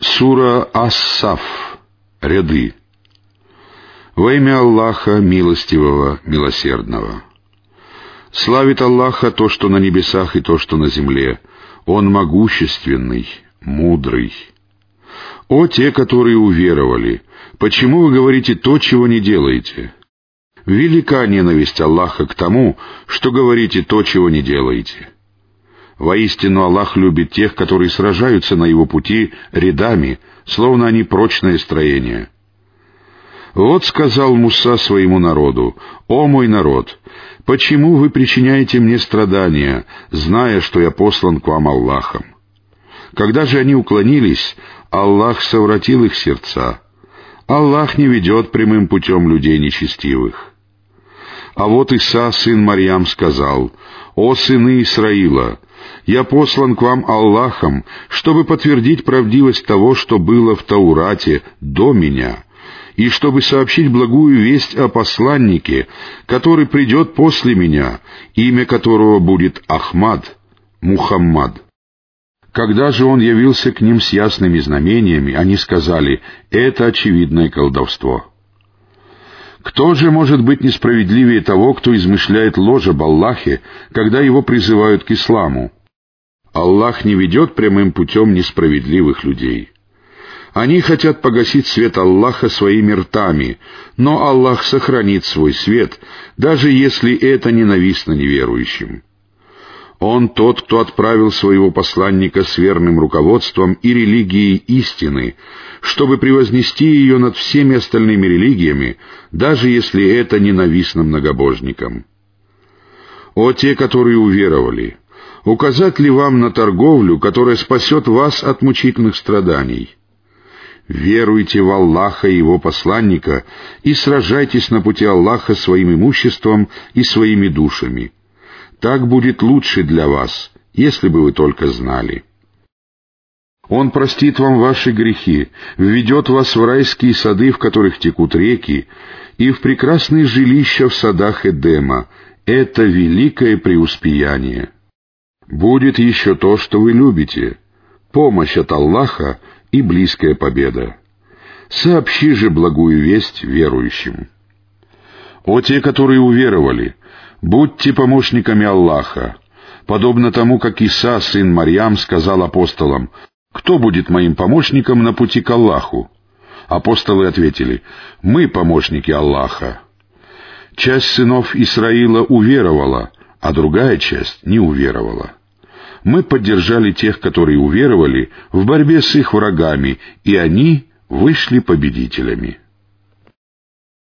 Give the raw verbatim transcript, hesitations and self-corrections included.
Сура Ас-Саф. Ряды. Во имя Аллаха Милостивого, Милосердного. Славит Аллаха то, что на небесах, и то, что на земле. Он могущественный, мудрый. О те, которые уверовали, почему вы говорите то, чего не делаете? Велика ненависть Аллаха к тому, что говорите то, чего не делаете. Воистину Аллах любит тех, которые сражаются на Его пути рядами, словно они прочное строение. Вот сказал Муса своему народу: «О мой народ, почему вы причиняете мне страдания, зная, что я послан к вам Аллахом?» Когда же они уклонились, Аллах совратил их сердца. Аллах не ведет прямым путем людей нечестивых. А вот Иса, сын Марьям, сказал: «О сыны Исраила, я послан к вам Аллахом, чтобы подтвердить правдивость того, что было в Таурате до меня, и чтобы сообщить благую весть о посланнике, который придет после меня, имя которого будет Ахмад, Мухаммад». Когда же он явился к ним с ясными знамениями, они сказали: «Это очевидное колдовство». Кто же может быть несправедливее того, кто измышляет ложь об Аллахе, когда его призывают к исламу? Аллах не ведет прямым путем несправедливых людей. Они хотят погасить свет Аллаха своими ртами, но Аллах сохранит свой свет, даже если это ненавистно неверующим. Он тот, кто отправил своего посланника с верным руководством и религией истины, чтобы превознести ее над всеми остальными религиями, даже если это ненавистно многобожникам. О те, которые уверовали! Указать ли вам на торговлю, которая спасет вас от мучительных страданий? Веруйте в Аллаха и Его посланника и сражайтесь на пути Аллаха своим имуществом и своими душами. Так будет лучше для вас, если бы вы только знали. Он простит вам ваши грехи, введет вас в райские сады, в которых текут реки, и в прекрасные жилища в садах Эдема. Это великое преуспеяние. Будет еще то, что вы любите, помощь от Аллаха и близкая победа. Сообщи же благую весть верующим. О те, которые уверовали! Будьте помощниками Аллаха, подобно тому, как Иса, сын Марьям, сказал апостолам: «Кто будет моим помощником на пути к Аллаху?» Апостолы ответили: «Мы помощники Аллаха». Часть сынов Исраила уверовала, а другая часть не уверовала. Мы поддержали тех, которые уверовали, в борьбе с их врагами, и они вышли победителями.